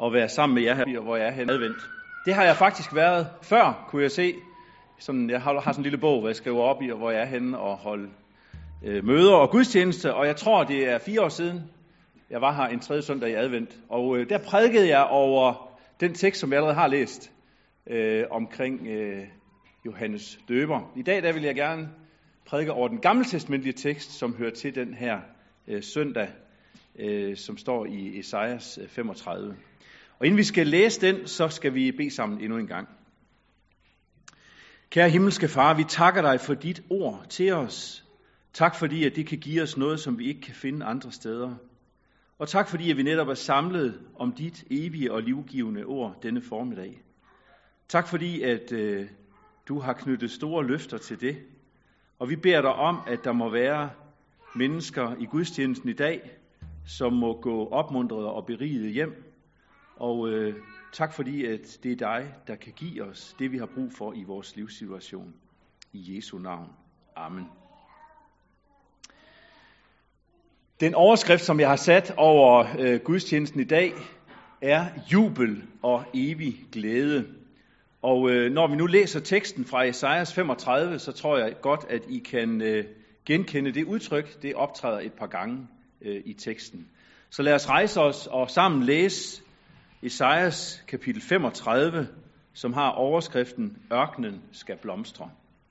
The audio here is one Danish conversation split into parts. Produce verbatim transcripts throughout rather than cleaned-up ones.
at være sammen med jer her, hvor jeg er hen advent. Det har jeg faktisk været før, kunne jeg se. Sådan, jeg har, har sådan en lille bog, hvor jeg skriver op i, hvor jeg er henne og holder øh, møder og gudstjeneste, og jeg tror, det er fire år siden, jeg var her en tredje søndag i advent, og øh, der prædikede jeg over den tekst, som jeg allerede har læst, øh, omkring øh, Johannes Døber. I dag der vil jeg gerne prædike over den gammeltestamentlige tekst, som hører til den her øh, søndag, øh, som står i Esajas femogtredive. Og inden vi skal læse den, så skal vi bede sammen endnu en gang. Kære himmelske Far, vi takker dig for dit ord til os. Tak fordi, at det kan give os noget, som vi ikke kan finde andre steder. Og tak fordi, at vi netop er samlet om dit evige og livgivende ord denne formiddag. Tak fordi, at øh, du har knyttet store løfter til det. Og vi beder dig om, at der må være mennesker i gudstjenesten i dag, som må gå opmuntret og beriget hjem. Og øh, tak fordi, at det er dig, der kan give os det, vi har brug for i vores livssituation. I Jesu navn. Amen. Den overskrift, som jeg har sat over øh, gudstjenesten i dag, er jubel og evig glæde. Og øh, når vi nu læser teksten fra Esajas femogtredive, så tror jeg godt, at I kan øh, genkende det udtryk. Det optræder et par gange øh, i teksten. Så lad os rejse os og sammen læse Esajas kapitel femogtredive, som har overskriften Ørkenen skal blomstre.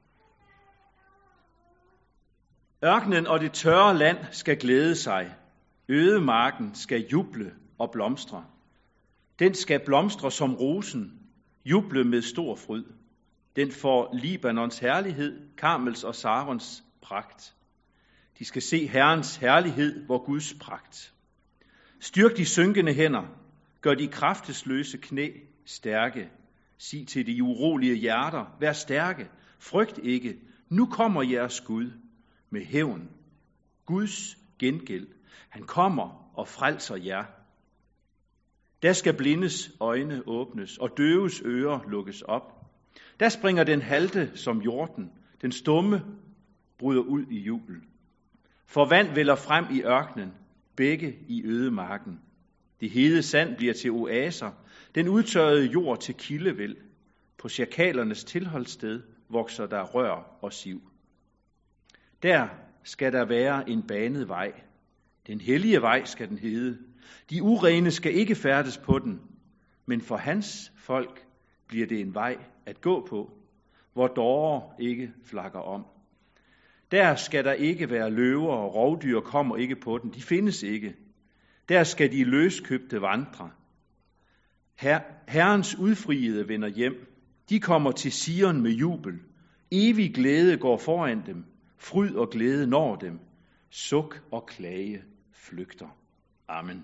Ørkenen og det tørre land skal glæde sig. Ødemarken skal juble og blomstre. Den skal blomstre som rosen, juble med stor fryd. Den får Libanons herlighed, Karmels og Sarons pragt. De skal se Herrens herlighed, hvor Guds pragt. Styrk de synkende hænder, gør de kraftesløse knæ stærke. Sig til de urolige hjerter, vær stærke, frygt ikke, nu kommer jeres Gud med hævn. Guds gengæld, han kommer og frelser jer. Der skal blindes øjne åbnes, og døves ører lukkes op. Der springer den halte som jorden, den stumme bryder ud i jubel. For vand vælder frem i ørkenen, begge i ødemarken. Det hede sand bliver til oaser, den udtørrede jord til kildevæld. På sjakalernes tilholdssted vokser der rør og siv. Der skal der være en banet vej. Den hellige vej skal den hedde. De urene skal ikke færdes på den, men for hans folk bliver det en vej at gå på, hvor dårer ikke flakker om. Der skal der ikke være løver, og rovdyr kommer ikke på den. De findes ikke. Der skal de løskøbte vandre. Her, Herrens udfriede vender hjem. De kommer til Sion med jubel. Evig glæde går foran dem. Fryd og glæde når dem. Suk og klage flygter. Amen.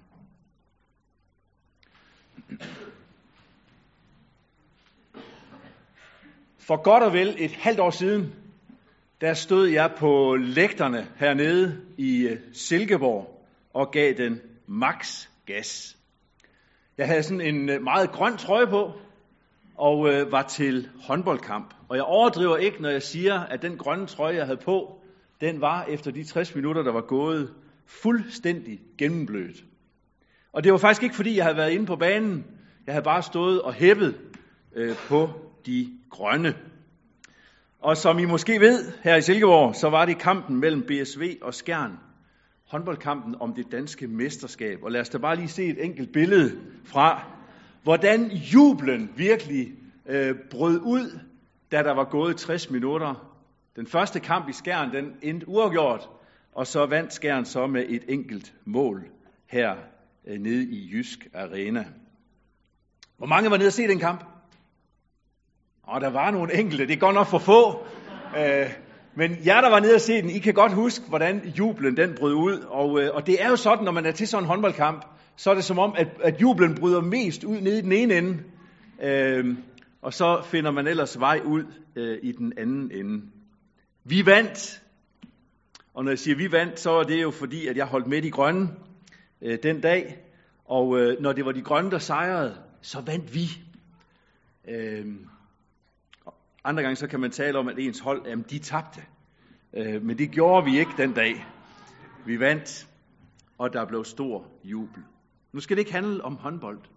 For godt og vel et halvt år siden, der stod jeg på lægterne hernede i Silkeborg og gav den max gas. Jeg havde sådan en meget grøn trøje på og øh, var til håndboldkamp. Og jeg overdriver ikke, når jeg siger, at den grønne trøje, jeg havde på, den var efter de tres minutter, der var gået, fuldstændig gennemblødt. Og det var faktisk ikke, fordi jeg havde været inde på banen. Jeg havde bare stået og hæppet øh, på de grønne. Og som I måske ved, her i Silkeborg, så var det kampen mellem B S V og Skjern. Håndboldkampen om det danske mesterskab. Og lad os da bare lige se et enkelt billede fra, hvordan jublen virkelig øh, brød ud, da der var gået tres minutter. Den første kamp i Skjern, den endte uafgjort, og så vandt Skjern så med et enkelt mål her øh, nede i Jysk Arena. Hvor mange var nede at se den kamp? Og der var nogle enkelte, det er godt nok for få. Øh, men jer, der var nede at se den, I kan godt huske, hvordan jublen den brød ud. Og, øh, og det er jo sådan, når man er til sådan en håndboldkamp, så er det som om, at, at jublen bryder mest ud nede i den ene ende. Øh, og så finder man ellers vej ud øh, i den anden ende. Vi vandt. Og når jeg siger vi vandt, så er det jo fordi, at jeg holdt med de grønne øh, den dag. Og øh, når det var de grønne, der sejrede, så vandt vi. Øh, andre gange så kan man tale om, at ens hold, jamen de tabte. Øh, men det gjorde vi ikke den dag. Vi vandt, og der blev stor jubel. Nu skal det ikke handle om håndbold,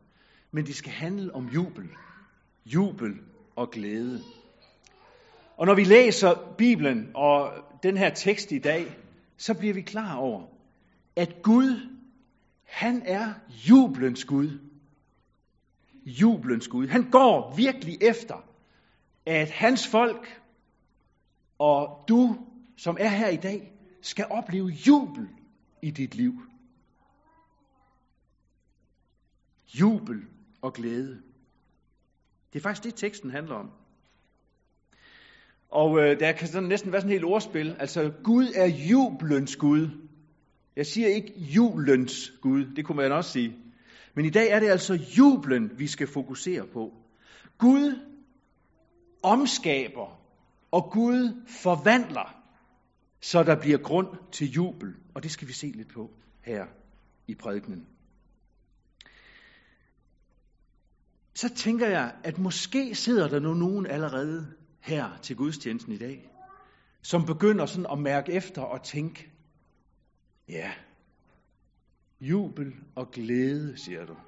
men det skal handle om jubel. Jubel og glæde. Og når vi læser Bibelen og den her tekst i dag, så bliver vi klar over, at Gud, han er jubelens Gud. Jubelens Gud. Han går virkelig efter, at hans folk og du, som er her i dag, skal opleve jubel i dit liv. Jubel og glæde. Det er faktisk det, teksten handler om. Og øh, der kan sådan næsten være sådan et helt ordspil. Altså, Gud er jubelens Gud. Jeg siger ikke julens Gud, det kunne man også sige. Men i dag er det altså jublen, vi skal fokusere på. Gud omskaber, og Gud forvandler, så der bliver grund til jubel. Og det skal vi se lidt på her i prædikenen. Så tænker jeg, at måske sidder der nu nogen allerede her til gudstjenesten i dag, som begynder sådan at mærke efter og tænke, ja, jubel og glæde, siger du.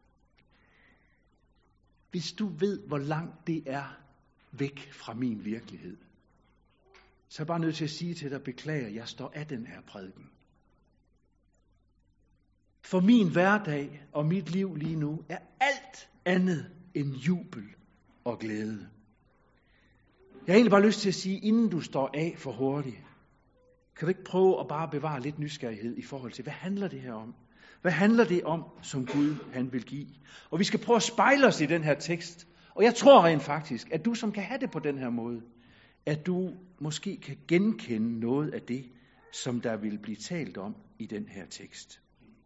Hvis du ved, hvor langt det er væk fra min virkelighed, så er jeg bare nødt til at sige til dig, beklager, jeg står af den her prædiken. For min hverdag og mit liv lige nu er alt andet end jubel og glæde. Jeg har egentlig bare lyst til at sige, inden du står af for hurtigt, kan du ikke prøve at bare bevare lidt nysgerrighed i forhold til, hvad handler det her om? Hvad handler det om, som Gud han vil give? Og vi skal prøve at spejle os i den her tekst. Og jeg tror rent faktisk, at du som kan have det på den her måde, at du måske kan genkende noget af det, som der vil blive talt om i den her tekst.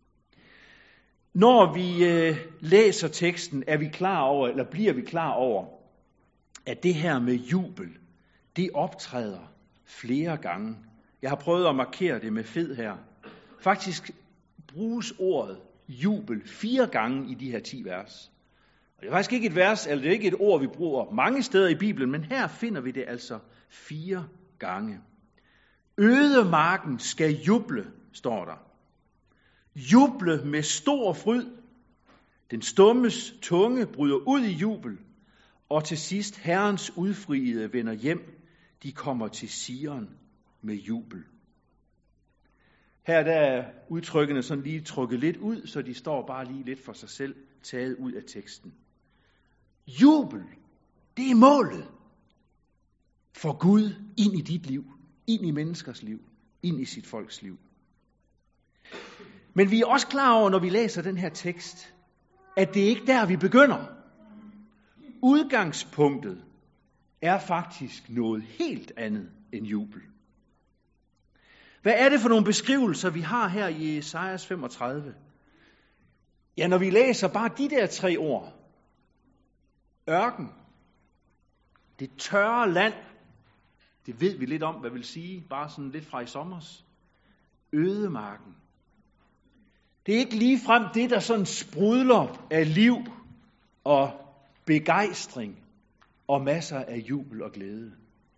Når vi øh, læser teksten, er vi klar over, eller bliver vi klar over, at det her med jubel, det optræder flere gange. Jeg har prøvet at markere det med fed her. Faktisk bruges ordet jubel fire gange i de her ti vers. Og det er faktisk ikke et vers, eller det er ikke et ord, vi bruger mange steder i Bibelen, men her finder vi det altså fire gange. Ødemarken skal juble, står der. Juble med stor fryd. Den stummes tunge bryder ud i jubel, og til sidst Herrens udfriede vender hjem. De kommer til Sion med jubel. Her der er udtrykkene sådan lige trukket lidt ud, så de står bare lige lidt for sig selv, taget ud af teksten. Jubel, det er målet for Gud ind i dit liv, ind i menneskers liv, ind i sit folks liv. Men vi er også klar over, når vi læser den her tekst, at det ikke er der, vi begynder. Udgangspunktet er faktisk noget helt andet end jubel. Hvad er det for nogle beskrivelser, vi har her i Esajas femogtredive? Ja, når vi læser bare de der tre ord. Ørken. Det tørre land. Det ved vi lidt om, hvad vil sige. Bare sådan lidt fra i sommers. Ødemarken. Det er ikke ligefrem det, der sådan sprudler af liv og begejstring og masser af jubel og glæde.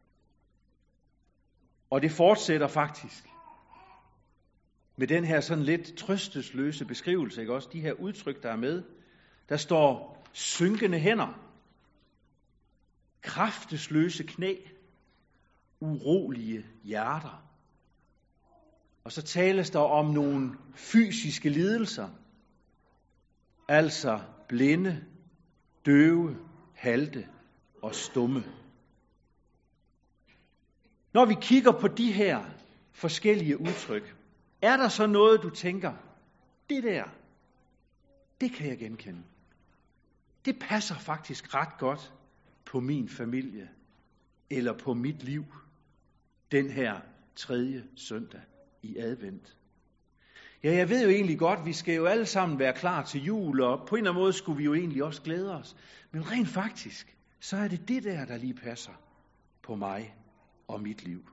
Og det fortsætter faktisk med den her sådan lidt trøstesløse beskrivelse, ikke også? De her udtryk, der er med. Der står synkende hænder, kraftesløse knæ, urolige hjerter. Og så tales der om nogle fysiske lidelser, altså blinde, døve, halte og stumme. Når vi kigger på de her forskellige udtryk, er der så noget, du tænker, det der, det kan jeg genkende. Det passer faktisk ret godt på min familie, eller på mit liv, den her tredje søndag i advent. Ja, jeg ved jo egentlig godt, vi skal jo alle sammen være klar til jul, og på en eller anden måde skulle vi jo egentlig også glæde os. Men rent faktisk, så er det det der, der lige passer på mig og mit liv.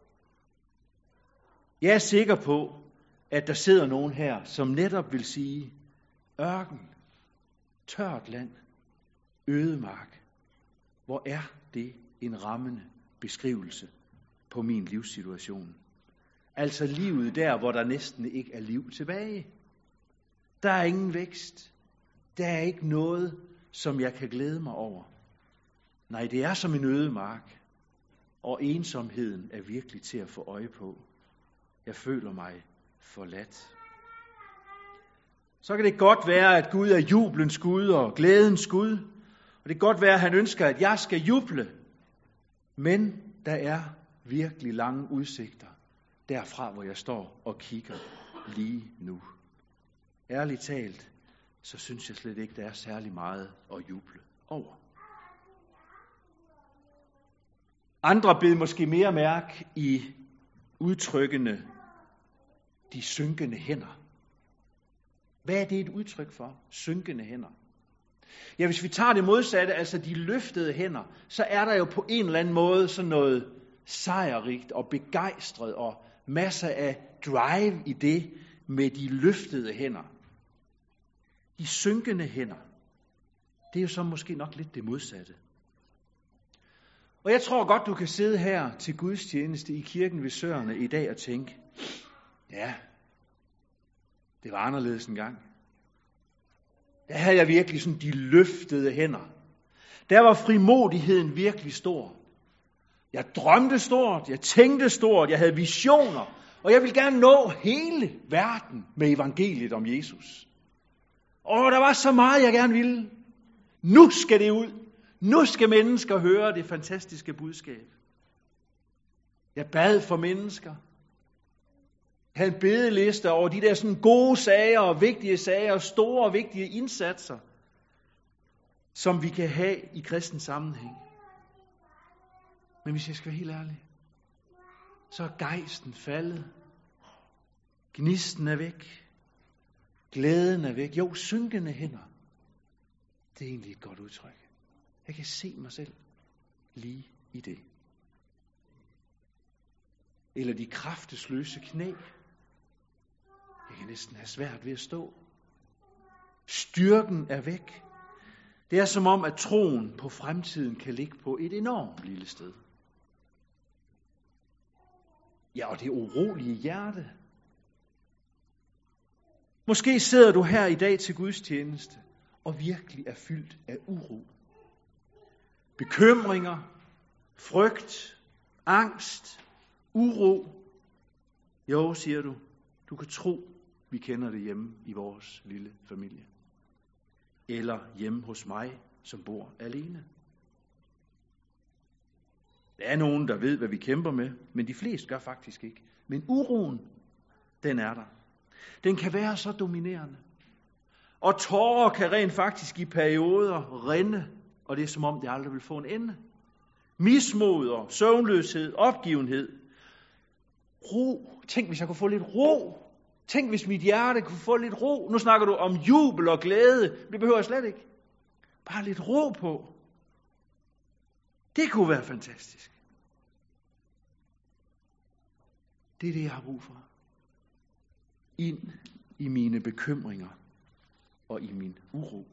Jeg er sikker på, at der sidder nogen her, som netop vil sige, ørken, tørt land, ødemark. Hvor er det en rammende beskrivelse på min livssituation? Altså livet der, hvor der næsten ikke er liv tilbage. Der er ingen vækst, Der er ikke noget, som jeg kan glæde mig over. Nej, det er som en ødemark, og ensomheden er virkelig til at få øje på. Jeg føler mig forladt. Så kan det godt være, at Gud er jubelens Gud og glædens Gud. Og det kan godt være, at han ønsker, at jeg skal juble. Men der er virkelig lange udsigter derfra, hvor jeg står og kigger lige nu. Ærligt talt, så synes jeg slet ikke, der er særlig meget at juble over. Andre bed måske mere mærke i udtrykkene de synkende hænder. Hvad er det et udtryk for? Synkende hænder. Ja, hvis vi tager det modsatte, altså de løftede hænder, så er der jo på en eller anden måde sådan noget sejrrigt og begejstret og masser af drive i det med de løftede hænder. De synkende hænder, det er jo så måske nok lidt det modsatte. Og jeg tror godt, du kan sidde her til gudstjeneste i kirken ved Sørene i dag og tænke, ja, det var anderledes en gang. Der havde jeg virkelig sådan de løftede hænder. Der var frimodigheden virkelig stor. Jeg drømte stort, jeg tænkte stort, jeg havde visioner, og jeg ville gerne nå hele verden med evangeliet om Jesus. Og der var så meget, jeg gerne ville. Nu skal det ud. Nu skal mennesker høre det fantastiske budskab. Jeg bad for mennesker. Jeg havde en bedeliste over de der sådan gode sager og vigtige sager og store og vigtige indsatser, som vi kan have i kristen sammenhæng. Men hvis jeg skal være helt ærlig, så er gejsten faldet. Gnisten er væk. Glæden er væk. Jo, synkende hænder. Det er egentlig et godt udtryk. Jeg kan se mig selv lige i det. Eller de kraftesløse knæ. Jeg kan næsten have svært ved at stå. Styrken er væk. Det er som om, at troen på fremtiden kan ligge på et enormt lille sted. Ja, og det urolige hjerte. Måske sidder du her i dag til gudstjeneste og virkelig er fyldt af uro. Bekymringer, frygt, angst, uro. Jo, siger du, du kan tro, vi kender det hjemme i vores lille familie. Eller hjemme hos mig, som bor alene. Der er nogen, der ved, hvad vi kæmper med, men de fleste gør faktisk ikke. Men uroen, den er der. Den kan være så dominerende. Og tårer kan rent faktisk i perioder rinde, og det er som om, det aldrig vil få en ende. Mismod og søvnløshed, opgivenhed. Ro. Tænk, hvis jeg kunne få lidt ro. Tænk, hvis mit hjerte kunne få lidt ro. Nu snakker du om jubel og glæde. Det behøver jeg slet ikke. Bare lidt ro på. Det kunne være fantastisk. Det er det, jeg har brug for. Ind i mine bekymringer og i min uro.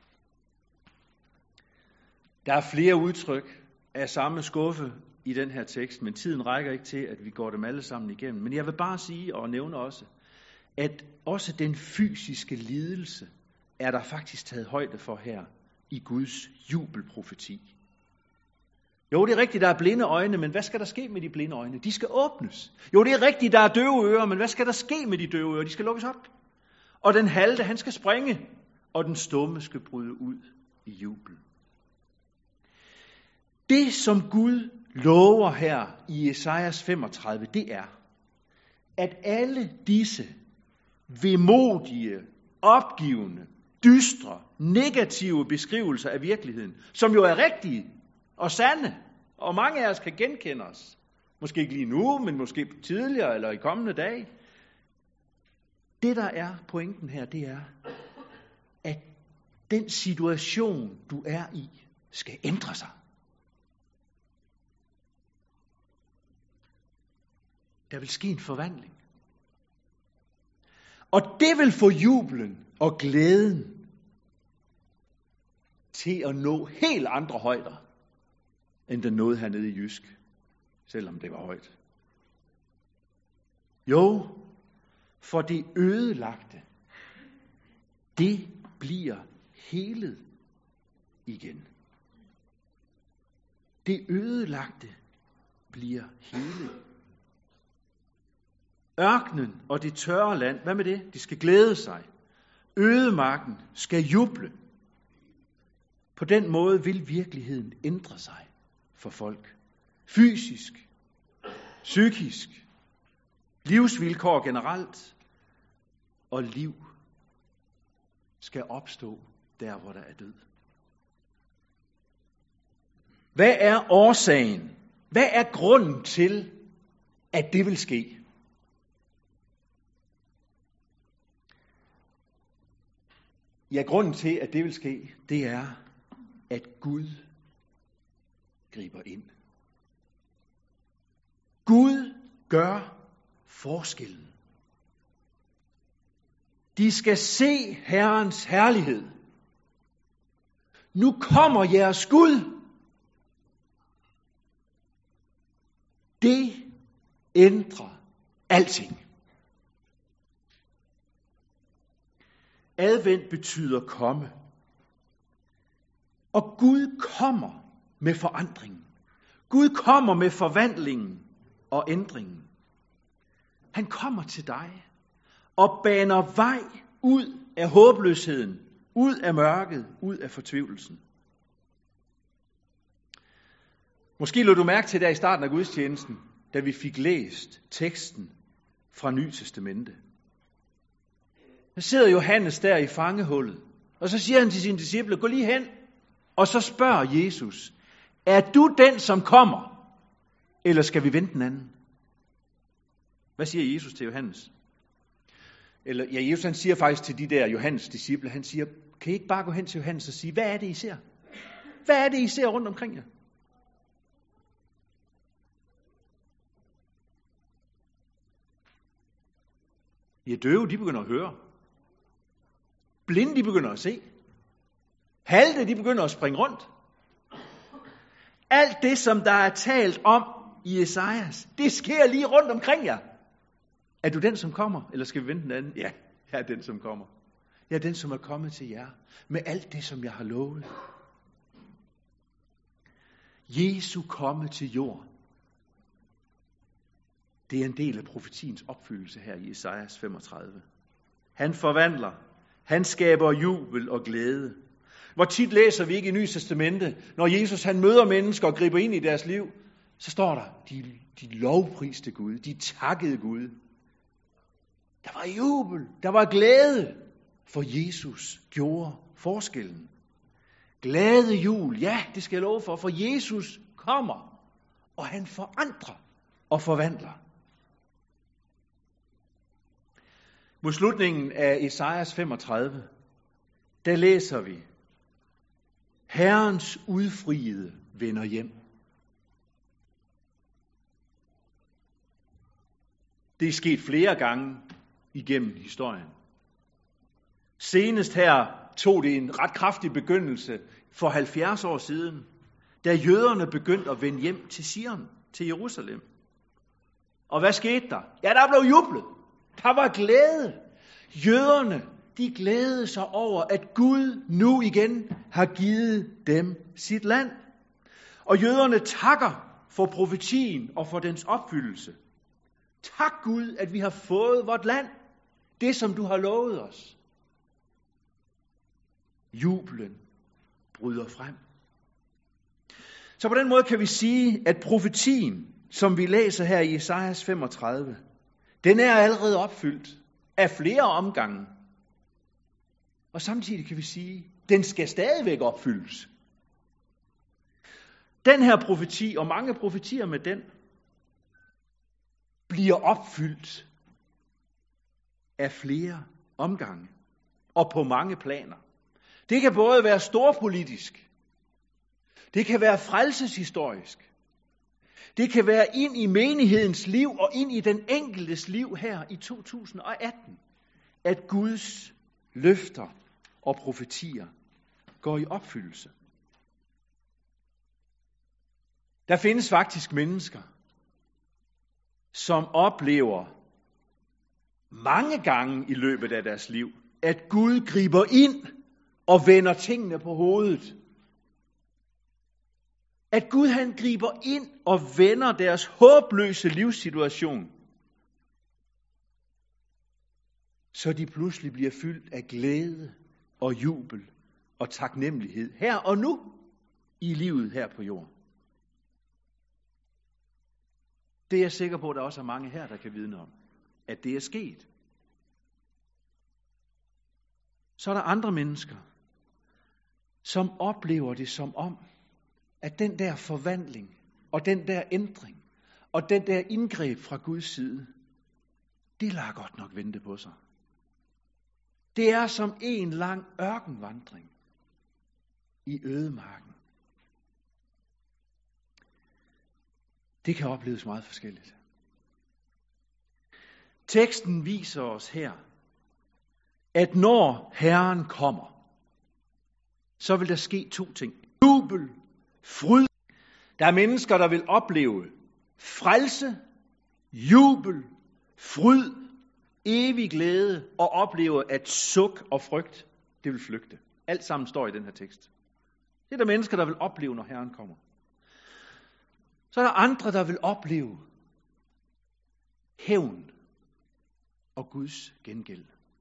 Der er flere udtryk af samme skuffe i den her tekst, men tiden rækker ikke til, at vi går dem alle sammen igennem. Men jeg vil bare sige og nævne også, at også den fysiske lidelse er der faktisk taget højde for her i Guds jubelprofeti. Jo, det er rigtigt, der er blinde øjne, men hvad skal der ske med de blinde øjne? De skal åbnes. Jo, det er rigtigt, der er døve ører, men hvad skal der ske med de døve ører? De skal lukkes op. Og den halte, han skal springe, og den stumme skal bryde ud i jubel. Det, som Gud lover her i Esajas femogtredive, det er, at alle disse vemodige, opgivende, dystre, negative beskrivelser af virkeligheden, som jo er rigtige og sande, og mange af os kan genkende os, måske ikke lige nu, men måske tidligere eller i kommende dage. Det, der er pointen her, det er, at den situation, du er i, skal ændre sig. Der vil ske en forvandling. Og det vil få jublen og glæden til at nå helt andre højder, end den nåede hernede i Jysk, selvom det var højt. Jo, for det ødelagte, det bliver helet igen. Det ødelagte bliver helet. Ørkenen og det tørre land, hvad med det? De skal glæde sig. Ødemarken skal juble. På den måde vil virkeligheden ændre sig for folk. Fysisk, psykisk, livsvilkår generelt og liv skal opstå der, hvor der er død. Hvad er årsagen? Hvad er grunden til, at det vil ske? Ja, grunden til, at det vil ske, det er, at Gud griber ind. Gud gør forskellen. De skal se Herrens herlighed. Nu kommer jeres Gud. Det ændrer alting. Advent betyder komme. Og Gud kommer med forandringen. Gud kommer med forvandlingen og ændringen. Han kommer til dig og baner vej ud af håbløsheden, ud af mørket, ud af fortvivlelsen. Måske lå du mærke til der i starten af gudstjenesten, da vi fik læst teksten fra Nye Testamente. Der sidder Johannes der i fangehullet, og så siger han til sine disciple, gå lige hen, og så spørger Jesus, er du den, som kommer, eller skal vi vente den anden? Hvad siger Jesus til Johannes? Eller, ja, Jesus han siger faktisk til de der Johannes disciple, han siger, kan I ikke bare gå hen til Johannes og sige, hvad er det, I ser? Hvad er det, I ser rundt omkring jer? Ja, døve, de begynder at høre. Blinde, de begynder at se. Halte, de begynder at springe rundt. Alt det, som der er talt om i Esajas, det sker lige rundt omkring jer. Er du den, som kommer, eller skal vi vente den anden? Ja, jeg er den, som kommer. Jeg er den, som er kommet til jer, med alt det, som jeg har lovet. Jesu komme til jord. Det er en del af profetiens opfyldelse her i Esajas femogtredive. Han forvandler. Han skaber jubel og glæde. Hvor tit læser vi ikke i Nye Testamente, når Jesus han møder mennesker og griber ind i deres liv, så står der, de, de lovpriste Gud, de takkede Gud. Der var jubel, der var glæde, for Jesus gjorde forskellen. Glade jul, ja, det skal jeg love for, for Jesus kommer, og han forandrer og forvandler. Mod slutningen af Esajas femogtredive, der læser vi, Herrens udfriede vender hjem. Det er sket flere gange igennem historien. Senest her tog det en ret kraftig begyndelse for halvfjerds år siden, da jøderne begyndte at vende hjem til Sion, til Jerusalem. Og hvad skete der? Ja, der blev jublet. Der var glæde. Jøderne, de glædede sig over, at Gud nu igen har givet dem sit land. Og jøderne takker for profetien og for dens opfyldelse. Tak Gud, at vi har fået vort land. Det, som du har lovet os. Jublen bryder frem. Så på den måde kan vi sige, at profetien, som vi læser her i Esajas femogtredive, den er allerede opfyldt af flere omgange. Og samtidig kan vi sige, at den skal stadigvæk opfyldes. Den her profeti, og mange profetier med den, bliver opfyldt af flere omgange og på mange planer. Det kan både være storpolitisk, det kan være frelseshistorisk, det kan være ind i menighedens liv og ind i den enkeltes liv her i to tusind og atten, at Guds løfter og profetier går i opfyldelse. Der findes faktisk mennesker, som oplever mange gange i løbet af deres liv, at Gud griber ind og vender tingene på hovedet. At Gud han griber ind og vender deres håbløse livssituation, så de pludselig bliver fyldt af glæde og jubel og taknemmelighed her og nu i livet her på jorden. Det er jeg sikker på, at der også er mange her, der kan vidne om, at det er sket. Så er der andre mennesker, som oplever det som om, at den der forvandling og den der ændring og den der indgreb fra Guds side, det lader godt nok vente på sig. Det er som en lang ørkenvandring i ødemarken. Det kan opleves meget forskelligt. Teksten viser os her, at når Herren kommer, så vil der ske to ting. Jubel, fryd. Der er mennesker, der vil opleve frelse, jubel, fryd, evig glæde og opleve, at suk og frygt, det vil flygte. Alt sammen står i den her tekst. Det er der mennesker, der vil opleve, når Herren kommer. Så er der andre, der vil opleve hævn og Guds gengæld.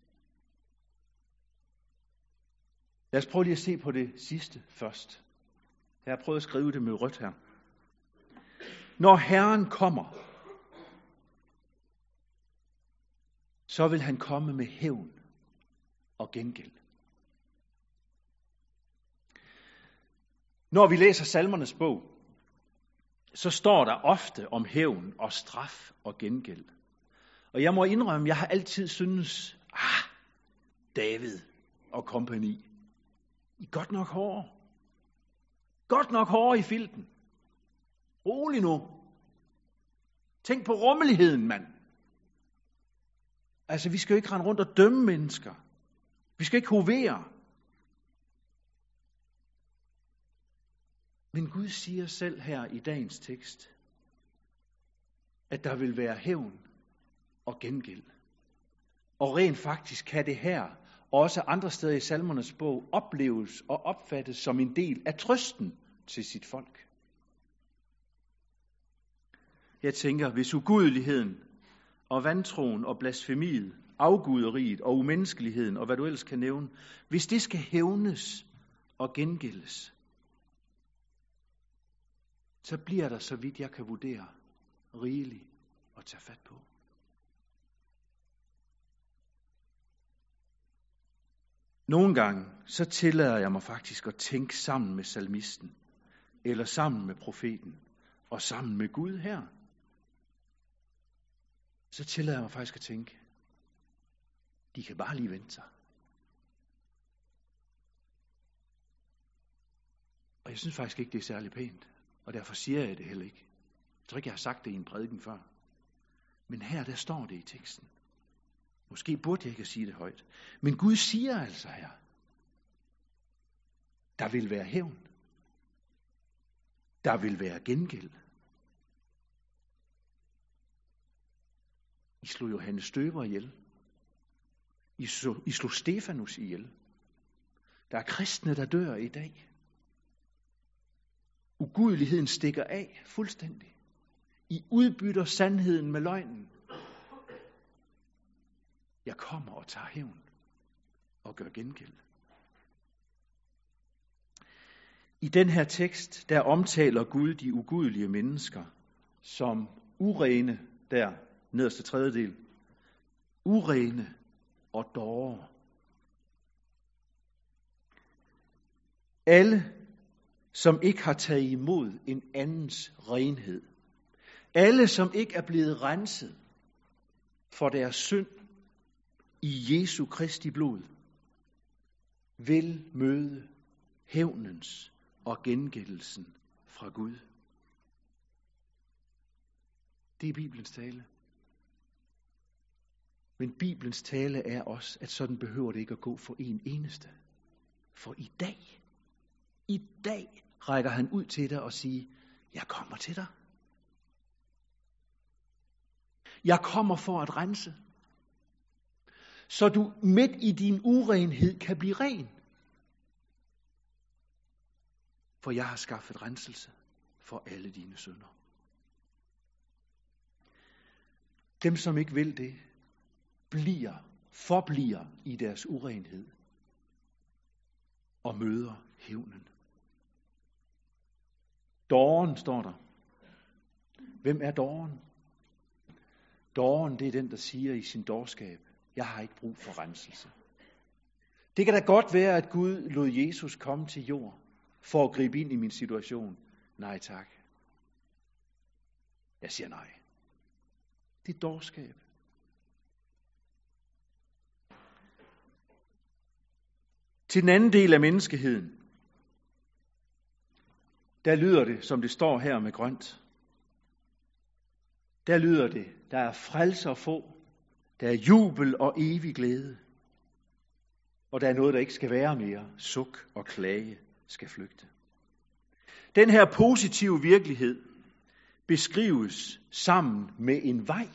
Lad os prøve lige at se på det sidste først. Jeg har prøvet at skrive det med rødt her. Når Herren kommer, så vil han komme med hævn og gengæld. Når vi læser Salmernes bog, så står der ofte om hævn og straf og gengæld. Og jeg må indrømme, jeg har altid syntes, ah, David og kompagni, I er godt nok hårde. Godt nok hårde i filten. Rolig nu. Tænk på rummeligheden, mand. Altså, vi skal jo ikke rende rundt og dømme mennesker. Vi skal ikke hovere. Men Gud siger selv her i dagens tekst, at der vil være hævn og gengæld. Og rent faktisk kan det her, og også andre steder i Salmernes bog, opleves og opfattes som en del af trøsten til sit folk. Jeg tænker, hvis ugudeligheden og vantroen og blasfemiet, afguderiet og umenneskeligheden og hvad du ellers kan nævne, hvis det skal hævnes og gengældes, så bliver der, så vidt jeg kan vurdere, rigeligt at tage fat på. Nogle gange, så tillader jeg mig faktisk at tænke sammen med salmisten, eller sammen med profeten, og sammen med Gud her. Så tillader jeg mig faktisk at tænke, de kan bare lige vente sig. Og jeg synes faktisk ikke, det er særlig pænt, og derfor siger jeg det heller ikke. Jeg tror ikke, jeg har sagt det i en prædiken før. Men her, der står det i teksten. Måske burde jeg ikke sige det højt. Men Gud siger altså her, der vil være hævn. Der vil være gengæld. I slog Johannes Støber ihjel. I slog, I slog Stefanus ihjel. Der er kristne, der dør i dag. Ugudeligheden stikker af fuldstændig. I udbytter sandheden med løgnen. Jeg kommer og tager hævn og gør gengæld. I den her tekst, der omtaler Gud de ugudelige mennesker som urene, der nederste tredjedel, urene og dårer. Alle, som ikke har taget imod en andens renhed. Alle, som ikke er blevet renset for deres synd i Jesu Kristi blod, vil møde hævnens og gengældelsen fra Gud. Det er Bibelens tale. Men Bibelens tale er også, at sådan behøver det ikke at gå for en eneste. For i dag, i dag rækker han ud til dig og siger, jeg kommer til dig. Jeg kommer for at rense. Så du midt i din urenhed kan blive ren. for jeg har skaffet renselse for alle dine synder. Dem, som ikke vil det, bliver, forbliver i deres urenhed og møder hævnen. Dåren står der. Hvem er dåren? Dåren, det er den, der siger i sin dårskab, jeg har ikke brug for renselse. Det kan da godt være, at Gud lod Jesus komme til jord for at gribe ind i min situation. Nej tak. Jeg siger nej. Det er dårskab. Til den anden del af menneskeheden, der lyder det, som det står her med grønt. Der lyder det, der er frelse at få, der er jubel og evig glæde. Og der er noget, der ikke skal være mere. Suk og klage skal flygte. Den her positive virkelighed beskrives sammen med en vej.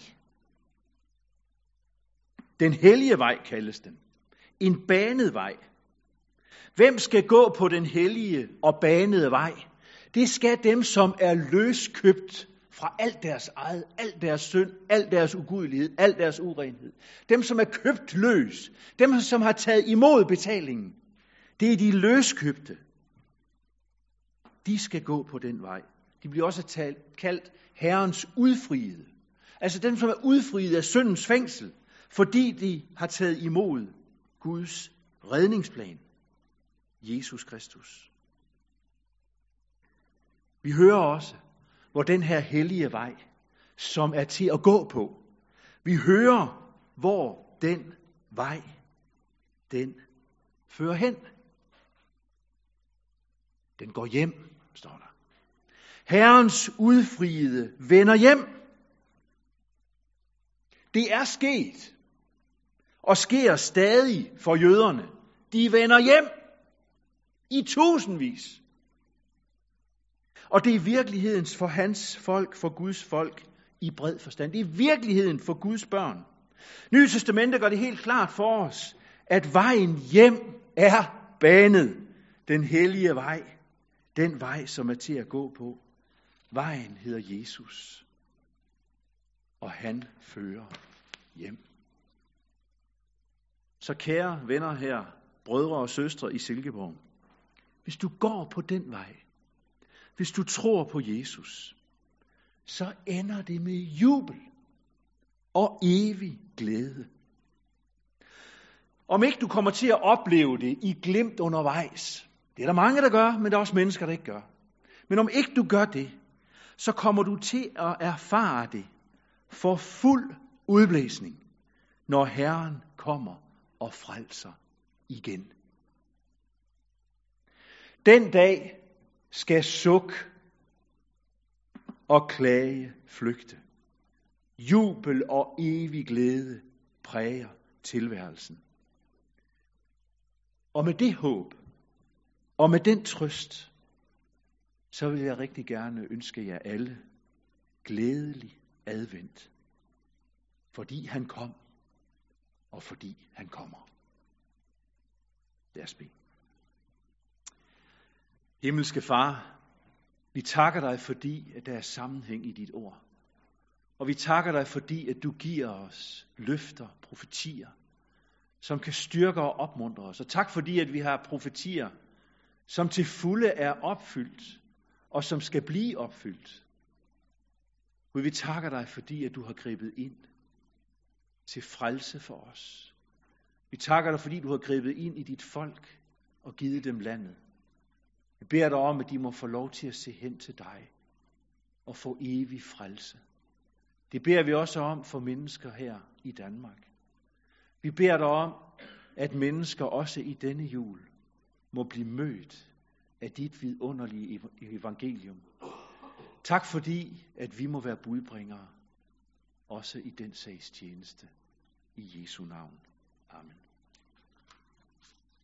Den hellige vej kaldes den. En banet vej. Hvem skal gå på den hellige og banede vej? Det skal dem, som er løskøbt fra alt deres eget, alt deres synd, alt deres ugudelighed, alt deres urenhed. Dem, som er købt løs. Dem, som har taget imod betalingen. Det er de løskøbte. De skal gå på den vej. De bliver også talt, kaldt Herrens udfriede. Altså dem, som er udfriet af syndens fængsel, fordi de har taget imod Guds redningsplan. Jesus Kristus. Vi hører også, hvor den her hellige vej, som er til at gå på. Vi hører, hvor den vej, den fører hen. Den går hjem, står der. Herrens udfriede vender hjem. Det er sket, og sker stadig for jøderne. De vender hjem i tusindvis. Og det er virkeligheden for hans folk, for Guds folk i bred forstand. Det er virkeligheden for Guds børn. Nye Testamentet gør det helt klart for os, at vejen hjem er banet. Den hellige vej. Den vej, som er til at gå på. Vejen hedder Jesus. Og han fører hjem. Så kære venner her, brødre og søstre i Silkeborg. Hvis du går på den vej, hvis du tror på Jesus, så ender det med jubel og evig glæde. Om ikke du kommer til at opleve det i glimt undervejs, det er der mange, der gør, men der er også mennesker, der ikke gør. Men om ikke du gør det, så kommer du til at erfare det for fuld udblæsning, når Herren kommer og frelser igen. Den dag skal suk og klage flygte. Jubel og evig glæde præger tilværelsen. Og med det håb, og med den trøst, så vil jeg rigtig gerne ønske jer alle glædelig advent. Fordi han kom, og fordi han kommer. Lad os bede. Himmelske Far, vi takker dig, fordi at der er sammenhæng i dit ord. Og vi takker dig, fordi at du giver os løfter, profetier, som kan styrke og opmuntre os. Og tak fordi, at vi har profetier, som til fulde er opfyldt, og som skal blive opfyldt. Gud, vi takker dig, fordi at du har grebet ind til frelse for os. Vi takker dig, fordi du har grebet ind i dit folk og givet dem landet. Vi beder dig om, at de må få lov til at se hen til dig og få evig frelse. Det beder vi også om for mennesker her i Danmark. Vi beder dig om, at mennesker også i denne jul må blive mødt af dit vidunderlige evangelium. Tak fordi, at vi må være budbringere, også i den sags tjeneste. I Jesu navn. Amen.